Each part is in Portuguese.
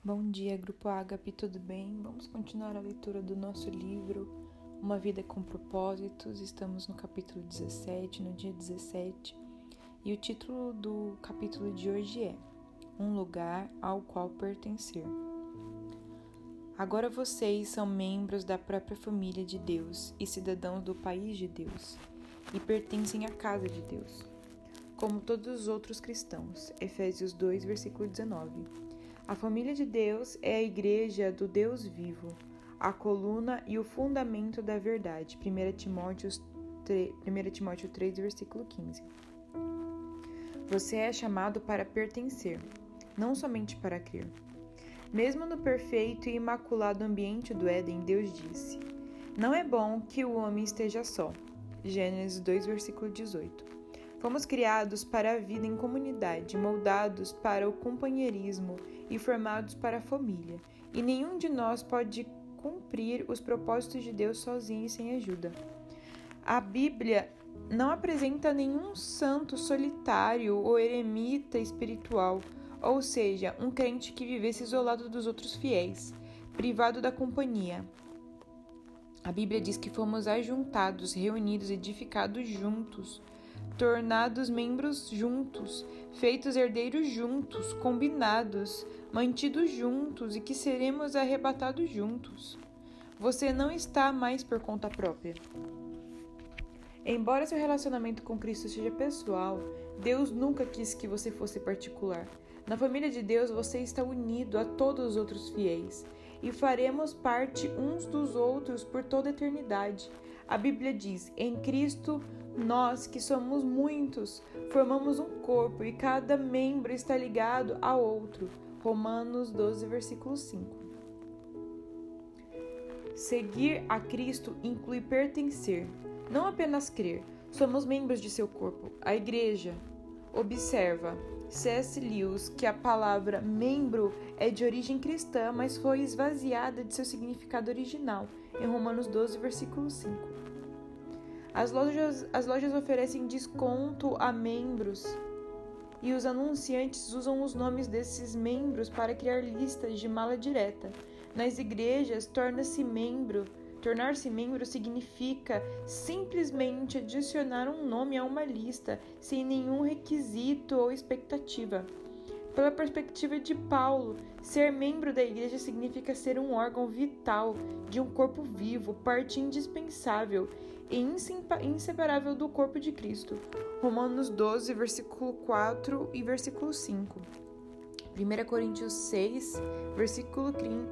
Bom dia, Grupo Ágape, tudo bem? Vamos continuar a leitura do nosso livro Uma Vida com Propósitos. Estamos no capítulo 17, no dia 17, e o título do capítulo de hoje é Um Lugar ao Qual Pertencer. Agora vocês são membros da própria família de Deus e cidadãos do país de Deus, e pertencem à casa de Deus, como todos os outros cristãos. Efésios 2, versículo 19. A família de Deus é a igreja do Deus vivo, a coluna e o fundamento da verdade. 1 Timóteo 3, versículo 15. Você é chamado para pertencer, não somente para crer. Mesmo no perfeito e imaculado ambiente do Éden, Deus disse: Não é bom que o homem esteja só. Gênesis 2, versículo 18. Fomos criados para a vida em comunidade, moldados para o companheirismo e formados para a família, e nenhum de nós pode cumprir os propósitos de Deus sozinho e sem ajuda. A Bíblia não apresenta nenhum santo solitário ou eremita espiritual, ou seja, um crente que vivesse isolado dos outros fiéis, privado da companhia. A Bíblia diz que fomos ajuntados, reunidos, edificados juntos, tornados membros juntos, feitos herdeiros juntos, combinados, mantidos juntos e que seremos arrebatados juntos. Você não está mais por conta própria. Embora seu relacionamento com Cristo seja pessoal, Deus nunca quis que você fosse particular. Na família de Deus você está unido a todos os outros fiéis e faremos parte uns dos outros por toda a eternidade. A Bíblia diz: em Cristo, nós, que somos muitos, formamos um corpo e cada membro está ligado ao outro. Romanos 12, versículo 5. Seguir a Cristo inclui pertencer, não apenas crer. Somos membros de seu corpo, a igreja. Observa C.S. Lewis que a palavra membro é de origem cristã, mas foi esvaziada de seu significado original, em Romanos 12, versículo 5. As lojas oferecem desconto a membros e os anunciantes usam os nomes desses membros para criar listas de mala direta. Nas igrejas, tornar-se membro significa simplesmente adicionar um nome a uma lista, sem nenhum requisito ou expectativa. Pela perspectiva de Paulo, ser membro da igreja significa ser um órgão vital de um corpo vivo, parte indispensável e inseparável do corpo de Cristo. Romanos 12, versículo 4 e versículo 5. 1 Coríntios 6, versículo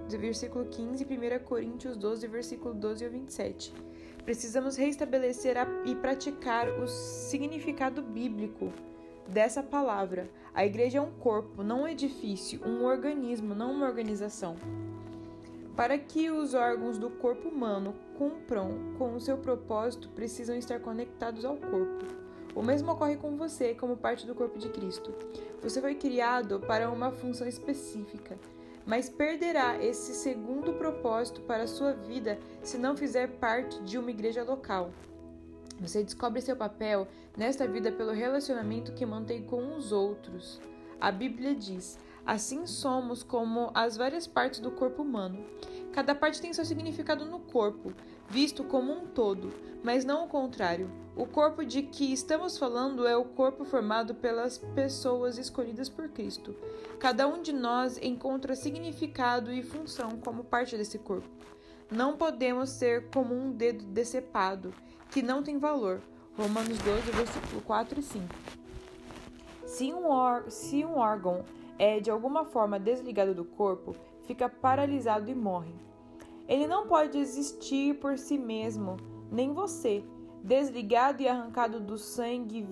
15 e 1 Coríntios 12, versículo 12 ao 27. Precisamos reestabelecer e praticar o significado bíblico dessa palavra. A igreja é um corpo, não um edifício, um organismo, não uma organização. Para que os órgãos do corpo humano cumpram com o seu propósito, precisam estar conectados ao corpo. O mesmo ocorre com você, como parte do corpo de Cristo. Você foi criado para uma função específica, mas perderá esse segundo propósito para a sua vida se não fizer parte de uma igreja local. Você descobre seu papel nesta vida pelo relacionamento que mantém com os outros. A Bíblia diz: assim somos como as várias partes do corpo humano. Cada parte tem seu significado no corpo, visto como um todo, mas não o contrário. O corpo de que estamos falando é o corpo formado pelas pessoas escolhidas por Cristo. Cada um de nós encontra significado e função como parte desse corpo. Não podemos ser como um dedo decepado, que não tem valor. Romanos 12, versículo 4 e 5. Se um órgão é de alguma forma desligado do corpo, fica paralisado e morre. Ele não pode existir por si mesmo, nem você. Desligado e arrancado do sangue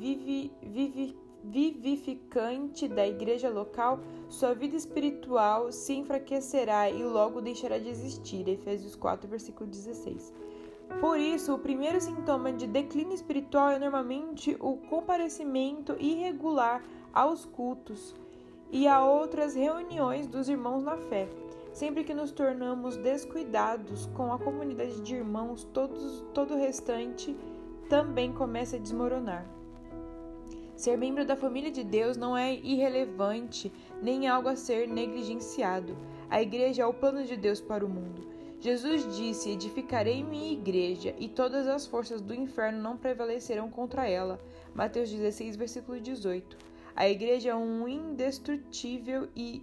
vivificante da igreja local, sua vida espiritual se enfraquecerá e logo deixará de existir. Efésios 4, versículo 16. Por isso, o primeiro sintoma de declínio espiritual é normalmente o comparecimento irregular aos cultos e a outras reuniões dos irmãos na fé. Sempre que nos tornamos descuidados com a comunidade de irmãos, todo o restante também começa a desmoronar. Ser membro da família de Deus não é irrelevante, nem algo a ser negligenciado. A igreja é o plano de Deus para o mundo. Jesus disse: edificarei minha igreja, e todas as forças do inferno não prevalecerão contra ela. Mateus 16, versículo 18. A igreja é indestrutível e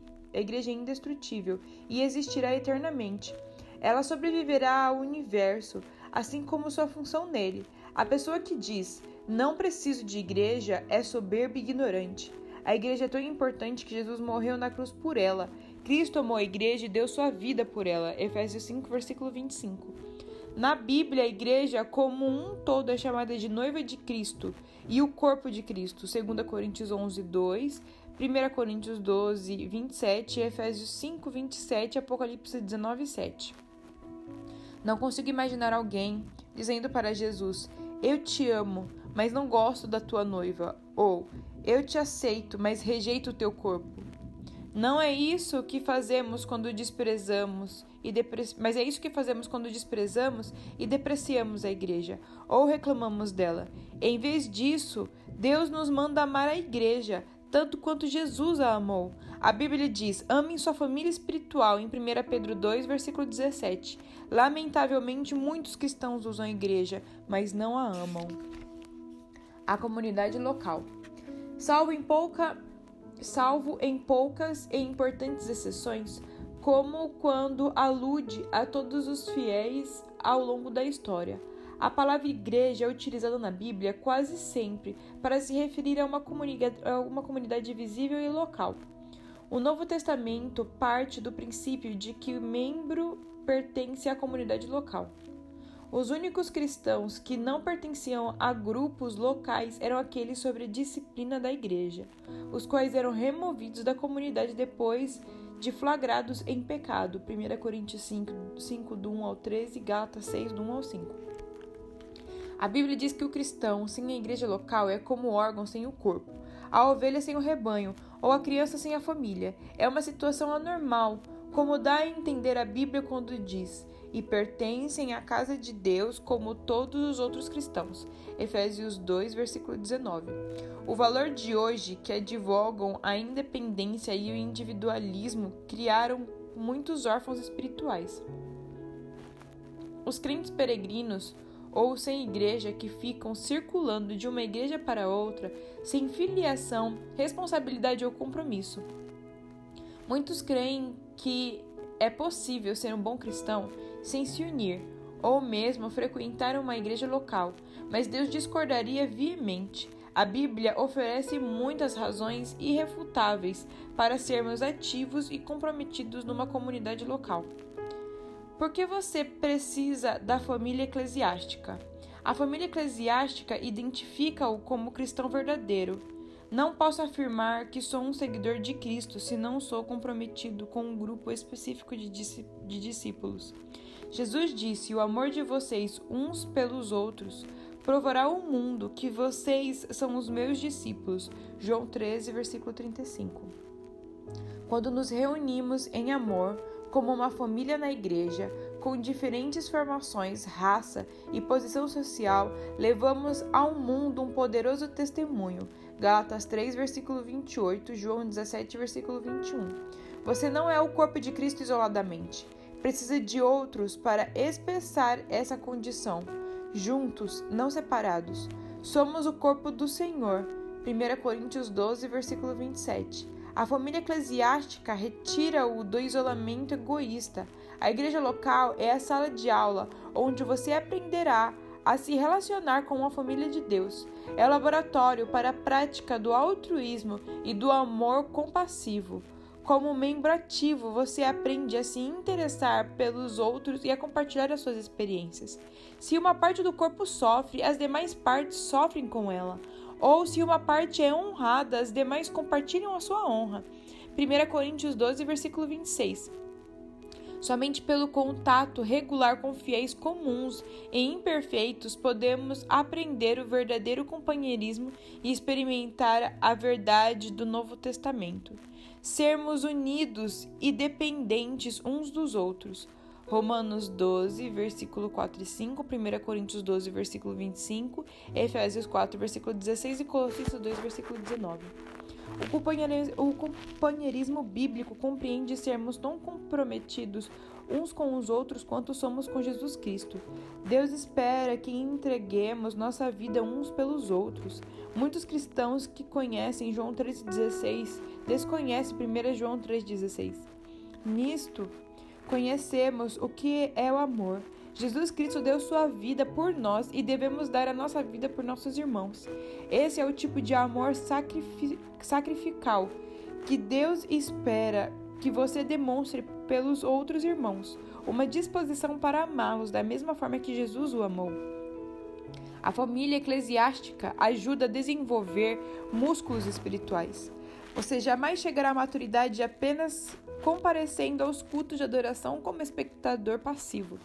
existirá eternamente. Ela sobreviverá ao universo, assim como sua função nele. A pessoa que diz, não preciso de igreja, é soberba e ignorante. A igreja é tão importante que Jesus morreu na cruz por ela. Cristo amou a igreja e deu sua vida por ela. Efésios 5, versículo 25. Na Bíblia, a igreja como um todo é chamada de noiva de Cristo e o corpo de Cristo. 2 Coríntios 11, 2, 1 Coríntios 12, 27, Efésios 5, 27 e Apocalipse 19, 7. Não consigo imaginar alguém dizendo para Jesus: eu te amo, mas não gosto da tua noiva, ou eu te aceito, mas rejeito o teu corpo. Não é isso que fazemos quando desprezamos mas é isso que fazemos quando desprezamos e depreciamos a igreja ou reclamamos dela. Em vez disso, Deus nos manda amar a igreja tanto quanto Jesus a amou. A Bíblia diz: amem sua família espiritual, em 1 Pedro 2, versículo 17. Lamentavelmente, muitos cristãos usam a igreja, mas não a amam. A comunidade local. Salvo em poucas e importantes exceções, como quando alude a todos os fiéis ao longo da história. A palavra igreja é utilizada na Bíblia quase sempre para se referir a uma comunidade visível e local. O Novo Testamento parte do princípio de que o membro pertence à comunidade local. Os únicos cristãos que não pertenciam a grupos locais eram aqueles sobre a disciplina da igreja, os quais eram removidos da comunidade depois de flagrados em pecado. 1 Coríntios 5, do 1 ao 13, Gálatas 6, do 1 ao 5. A Bíblia diz que o cristão sem a igreja local é como o órgão sem o corpo, a ovelha sem o rebanho ou a criança sem a família. É uma situação anormal, como dá a entender a Bíblia quando diz: e pertencem à casa de Deus como todos os outros cristãos. Efésios 2, versículo 19. O valor de hoje, que advogam a independência e o individualismo, criaram muitos órfãos espirituais. Os crentes peregrinos ou sem igreja que ficam circulando de uma igreja para outra, sem filiação, responsabilidade ou compromisso. Muitos creem que é possível ser um bom cristão sem se unir, ou mesmo frequentar uma igreja local, mas Deus discordaria veemente. A Bíblia oferece muitas razões irrefutáveis para sermos ativos e comprometidos numa comunidade local. Por que você precisa da família eclesiástica? A família eclesiástica identifica-o como cristão verdadeiro. Não posso afirmar que sou um seguidor de Cristo se não sou comprometido com um grupo específico de discípulos. Jesus disse: o amor de vocês uns pelos outros provará ao mundo que vocês são os meus discípulos. João 13, versículo 35. Quando nos reunimos em amor, como uma família na igreja, com diferentes formações, raça e posição social, levamos ao mundo um poderoso testemunho. Gálatas 3, versículo 28, João 17, versículo 21. Você não é o corpo de Cristo isoladamente. Precisa de outros para expressar essa condição. Juntos, não separados. Somos o corpo do Senhor. 1 Coríntios 12, versículo 27. A família eclesiástica retira-o do isolamento egoísta. A igreja local é a sala de aula onde você aprenderá a se relacionar com a família de Deus. É o laboratório para a prática do altruísmo e do amor compassivo. Como membro ativo, você aprende a se interessar pelos outros e a compartilhar as suas experiências. Se uma parte do corpo sofre, as demais partes sofrem com ela. Ou se uma parte é honrada, as demais compartilham a sua honra. 1 Coríntios 12, versículo 26. Somente pelo contato regular com fiéis comuns e imperfeitos podemos aprender o verdadeiro companheirismo e experimentar a verdade do Novo Testamento. Sermos unidos e dependentes uns dos outros. Romanos 12, versículo 4 e 5, 1 Coríntios 12, versículo 25, Efésios 4, versículo 16 e Colossenses 2, versículo 19. O companheirismo bíblico compreende sermos tão comprometidos uns com os outros quanto somos com Jesus Cristo. Deus espera que entreguemos nossa vida uns pelos outros. Muitos cristãos que conhecem João 3,16 desconhecem 1 João 3,16. Nisto, conhecemos o que é o amor. Jesus Cristo deu sua vida por nós e devemos dar a nossa vida por nossos irmãos. Esse é o tipo de amor sacrificial que Deus espera que você demonstre pelos outros irmãos, uma disposição para amá-los da mesma forma que Jesus o amou. A família eclesiástica ajuda a desenvolver músculos espirituais. Você jamais chegará à maturidade apenas comparecendo aos cultos de adoração como espectador passivo.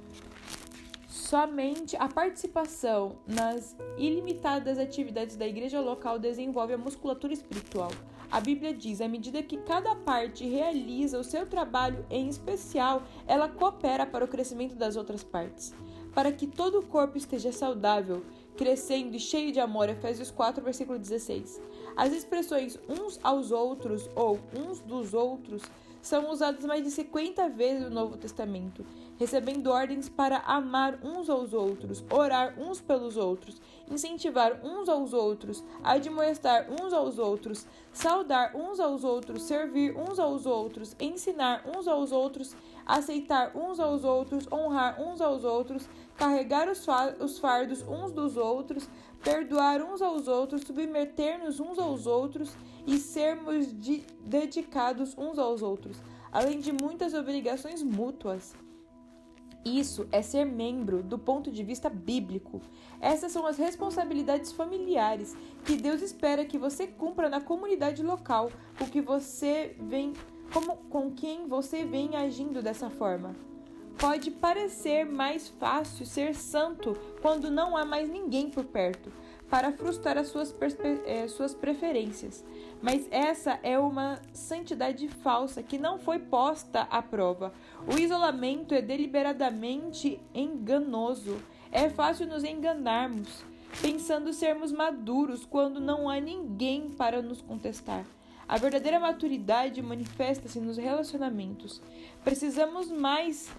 Somente a participação nas ilimitadas atividades da igreja local desenvolve a musculatura espiritual. A Bíblia diz, à medida que cada parte realiza o seu trabalho em especial, ela coopera para o crescimento das outras partes. Para que todo o corpo esteja saudável, crescendo e cheio de amor, Efésios 4, versículo 16. As expressões uns aos outros ou uns dos outros são usadas mais de 50 vezes no Novo Testamento, recebendo ordens para amar uns aos outros, orar uns pelos outros, incentivar uns aos outros, admoestar uns aos outros, saudar uns aos outros, servir uns aos outros, ensinar uns aos outros, aceitar uns aos outros, honrar uns aos outros, carregar os fardos uns dos outros, perdoar uns aos outros, submeter-nos uns aos outros e sermos dedicados uns aos outros, além de muitas obrigações mútuas. Isso é ser membro do ponto de vista bíblico. Essas são as responsabilidades familiares que Deus espera que você cumpra na comunidade local, com quem você vem agindo dessa forma. Pode parecer mais fácil ser santo quando não há mais ninguém por perto para frustrar as suas preferências. Mas essa é uma santidade falsa que não foi posta à prova. O isolamento é deliberadamente enganoso. É fácil nos enganarmos, pensando sermos maduros quando não há ninguém para nos contestar. A verdadeira maturidade manifesta-se nos relacionamentos. Precisamos mais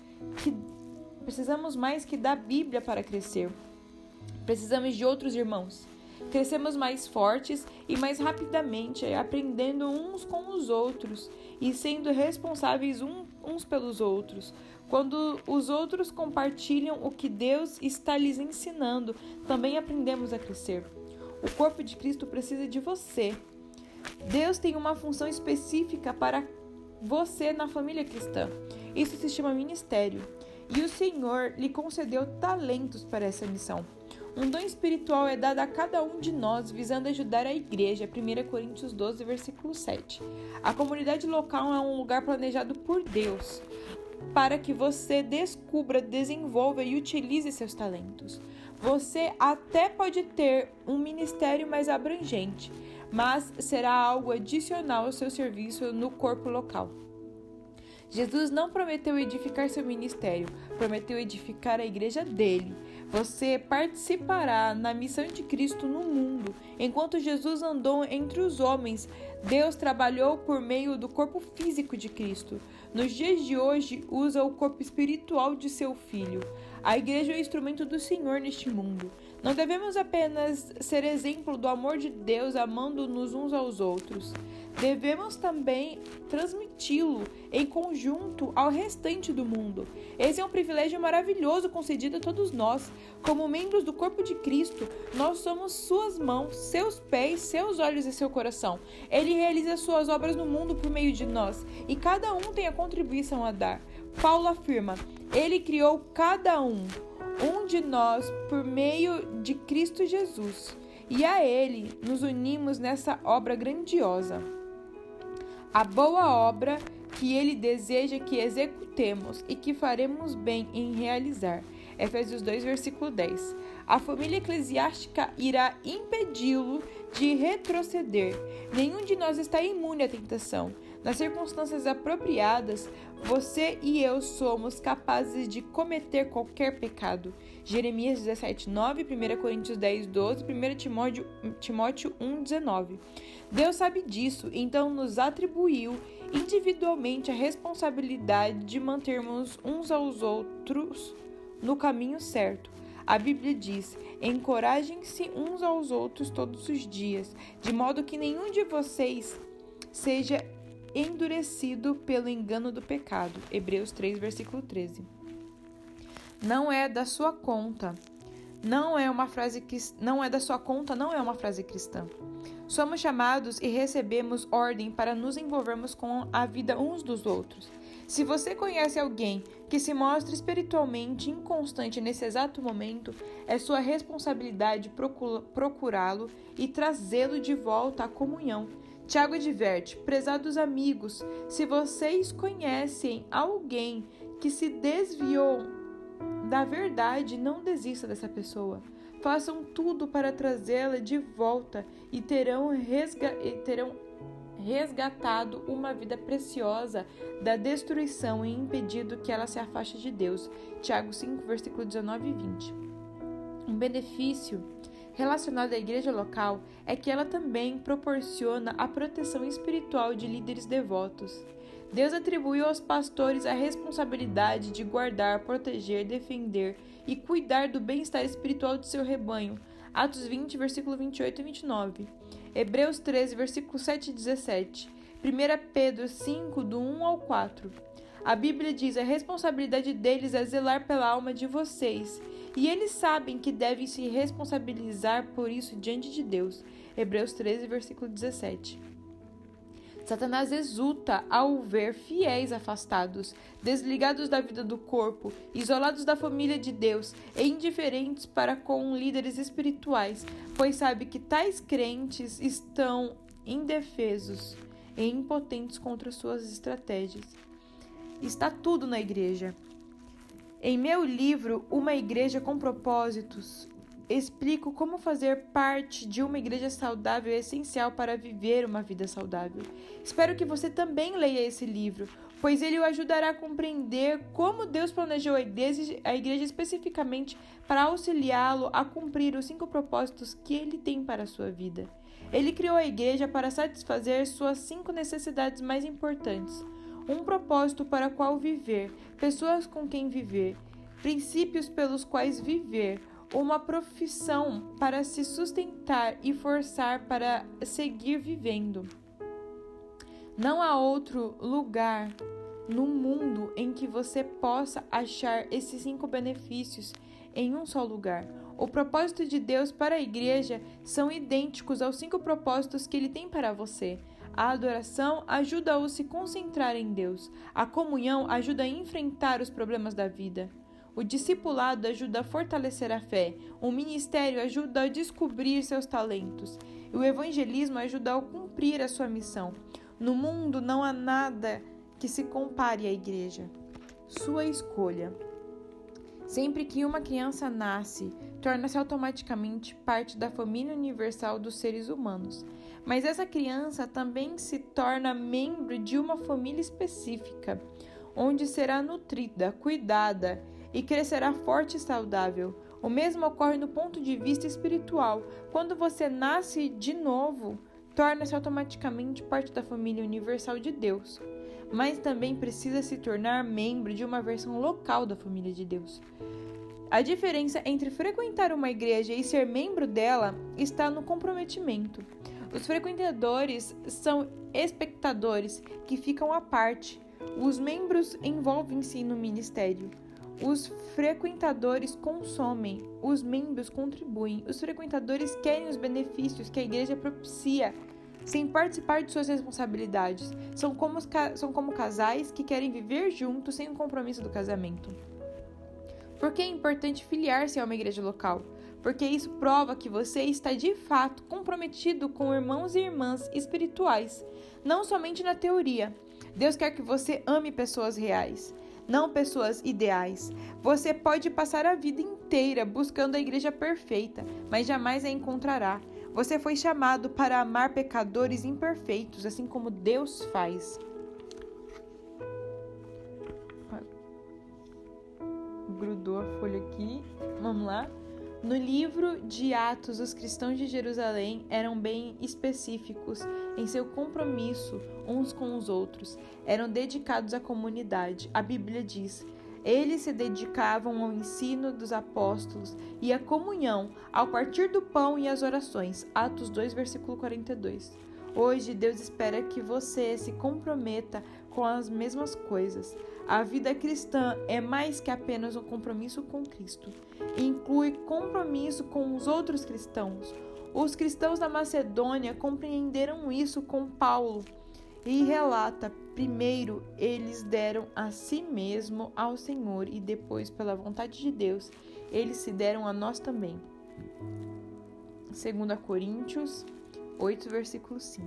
que da Bíblia para crescer. Precisamos de outros irmãos. Crescemos mais fortes e mais rapidamente, aprendendo uns com os outros e sendo responsáveis uns pelos outros. Quando os outros compartilham o que Deus está lhes ensinando, também aprendemos a crescer. O corpo de Cristo precisa de você. Deus tem uma função específica para você na família cristã. Isso se chama ministério. E o Senhor lhe concedeu talentos para essa missão. Um dom espiritual é dado a cada um de nós, visando ajudar a igreja, 1 Coríntios 12, versículo 7. A comunidade local é um lugar planejado por Deus, para que você descubra, desenvolva e utilize seus talentos. Você até pode ter um ministério mais abrangente, mas será algo adicional ao seu serviço no corpo local. Jesus não prometeu edificar seu ministério, prometeu edificar a igreja dele. Você participará na missão de Cristo no mundo. Enquanto Jesus andou entre os homens, Deus trabalhou por meio do corpo físico de Cristo. Nos dias de hoje, usa o corpo espiritual de seu Filho. A igreja é o instrumento do Senhor neste mundo. Não devemos apenas ser exemplo do amor de Deus amando-nos uns aos outros. Devemos também transmiti-lo em conjunto ao restante do mundo. Esse é um privilégio maravilhoso concedido a todos nós. Como membros do corpo de Cristo, nós somos suas mãos, seus pés, seus olhos e seu coração. Ele realiza suas obras no mundo por meio de nós, e cada um tem a contribuição a dar. Paulo afirma: Ele criou cada um de nós por meio de Cristo Jesus, e a Ele nos unimos nessa obra grandiosa. A boa obra que Ele deseja que executemos e que faremos bem em realizar. Efésios 2, versículo 10. A família eclesiástica irá impedi-lo de retroceder. Nenhum de nós está imune à tentação. Nas circunstâncias apropriadas, você e eu somos capazes de cometer qualquer pecado. Jeremias 17:9, 1 Coríntios 10:12, 1 Timóteo 1:19. Deus sabe disso, então nos atribuiu individualmente a responsabilidade de mantermos uns aos outros no caminho certo. A Bíblia diz: encorajem-se uns aos outros todos os dias, de modo que nenhum de vocês seja endurecido pelo engano do pecado. Hebreus 3, versículo 13. Não é da sua conta. Não é da sua conta, não é uma frase cristã. Somos chamados e recebemos ordem para nos envolvermos com a vida uns dos outros. Se você conhece alguém que se mostra espiritualmente inconstante nesse exato momento, é sua responsabilidade procurá-lo e trazê-lo de volta à comunhão. Tiago adverte: prezados amigos, se vocês conhecem alguém que se desviou da verdade, não desista dessa pessoa. Façam tudo para trazê-la de volta e terão resgatado uma vida preciosa da destruição e impedido que ela se afaste de Deus. Tiago 5, versículo 19 e 20. Um benefício relacionado à igreja local é que ela também proporciona a proteção espiritual de líderes devotos. Deus atribuiu aos pastores a responsabilidade de guardar, proteger, defender e cuidar do bem-estar espiritual de seu rebanho. Atos 20, versículo 28 e 29. Hebreus 13, versículo 7 e 17. 1 Pedro 5, do 1 ao 4. A Bíblia diz: a responsabilidade deles é zelar pela alma de vocês, e eles sabem que devem se responsabilizar por isso diante de Deus. Hebreus 13, versículo 17. Satanás exulta ao ver fiéis afastados, desligados da vida do corpo, isolados da família de Deus e indiferentes para com líderes espirituais, pois sabe que tais crentes estão indefesos e impotentes contra suas estratégias. Está tudo na igreja. Em meu livro, Uma Igreja com Propósitos, explico como fazer parte de uma igreja saudável é essencial para viver uma vida saudável. Espero que você também leia esse livro, pois ele o ajudará a compreender como Deus planejou a igreja especificamente para auxiliá-lo a cumprir os 5 propósitos que ele tem para a sua vida. Ele criou a igreja para satisfazer suas 5 necessidades mais importantes: um propósito para o qual viver, pessoas com quem viver, princípios pelos quais viver, uma profissão para se sustentar e forçar para seguir vivendo. Não há outro lugar no mundo em que você possa achar esses 5 benefícios em um só lugar. O propósito de Deus para a igreja são idênticos aos 5 propósitos que Ele tem para você. A adoração ajuda-o a se concentrar em Deus. A comunhão ajuda a enfrentar os problemas da vida. O discipulado ajuda a fortalecer a fé. O ministério ajuda a descobrir seus talentos. E o evangelismo ajuda a cumprir a sua missão. No mundo não há nada que se compare à igreja. Sua escolha. Sempre que uma criança nasce, torna-se automaticamente parte da família universal dos seres humanos. Mas essa criança também se torna membro de uma família específica, onde será nutrida, cuidada e crescerá forte e saudável. O mesmo ocorre no ponto de vista espiritual. Quando você nasce de novo, torna-se automaticamente parte da família universal de Deus, mas também precisa se tornar membro de uma versão local da família de Deus. A diferença entre frequentar uma igreja e ser membro dela está no comprometimento. Os frequentadores são espectadores que ficam à parte. Os membros envolvem-se no ministério. Os frequentadores consomem, os membros contribuem. Os frequentadores querem os benefícios que a igreja propicia, sem participar de suas responsabilidades. São como casais que querem viver juntos sem o compromisso do casamento. Por que é importante filiar-se a uma igreja local? Porque isso prova que você está de fato comprometido com irmãos e irmãs espirituais, não somente na teoria. Deus quer que você ame pessoas reais, não pessoas ideais. Você pode passar a vida inteira buscando a igreja perfeita, mas jamais a encontrará. Você foi chamado para amar pecadores imperfeitos, assim como Deus faz. grudou a folha aqui. Vamos lá. No livro de Atos, os cristãos de Jerusalém eram bem específicos em seu compromisso uns com os outros. Eram dedicados à comunidade. A Bíblia diz: eles se dedicavam ao ensino dos apóstolos e à comunhão, ao partir do pão e às orações. Atos 2, versículo 42. Hoje, Deus espera que você se comprometa com as mesmas coisas. A vida cristã é mais que apenas um compromisso com Cristo. Inclui compromisso com os outros cristãos. Os cristãos da Macedônia compreenderam isso com Paulo e relata: primeiro eles deram a si mesmo ao Senhor e depois, pela vontade de Deus, eles se deram a nós também. 2 Coríntios 8, versículo 5.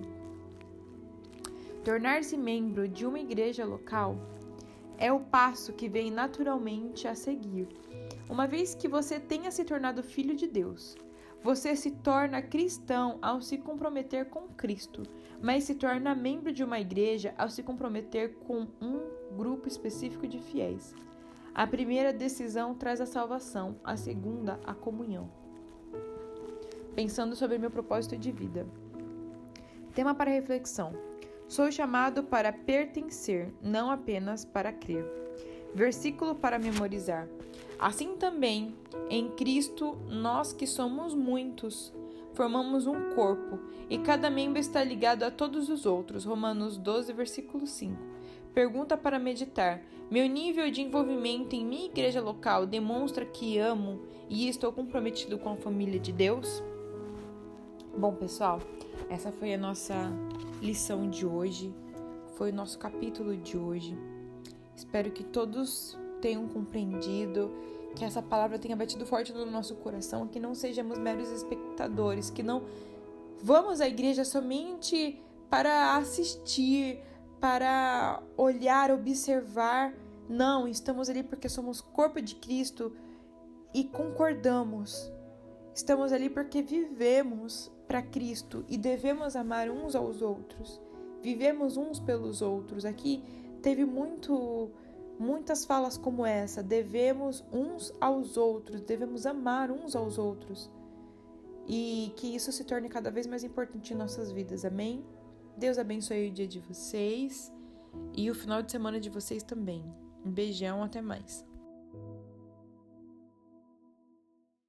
Tornar-se membro de uma igreja local é o passo que vem naturalmente a seguir. Uma vez que você tenha se tornado filho de Deus, você se torna cristão ao se comprometer com Cristo, mas se torna membro de uma igreja ao se comprometer com um grupo específico de fiéis. A primeira decisão traz a salvação, a segunda, a comunhão. Pensando sobre meu propósito de vida. Tema para reflexão. Sou chamado para pertencer, não apenas para crer. Versículo para memorizar. Assim também, em Cristo, nós que somos muitos, formamos um corpo, e cada membro está ligado a todos os outros. Romanos 12, versículo 5. Pergunta para meditar. Meu nível de envolvimento em minha igreja local demonstra que amo e estou comprometido com a família de Deus? Bom, pessoal, essa foi a nossa lição de hoje, foi o nosso capítulo de hoje. Espero que todos tenham compreendido, que essa palavra tenha batido forte no nosso coração, que não sejamos meros espectadores, que não vamos à igreja somente para assistir, para olhar, observar. Não, estamos ali porque somos corpo de Cristo e concordamos. Estamos ali porque vivemos para Cristo e devemos amar uns aos outros. Vivemos uns pelos outros. Aqui teve muitas falas como essa. Devemos uns aos outros, devemos amar uns aos outros. E que isso se torne cada vez mais importante em nossas vidas. Amém? Deus abençoe o dia de vocês e o final de semana de vocês também. Um beijão, até mais.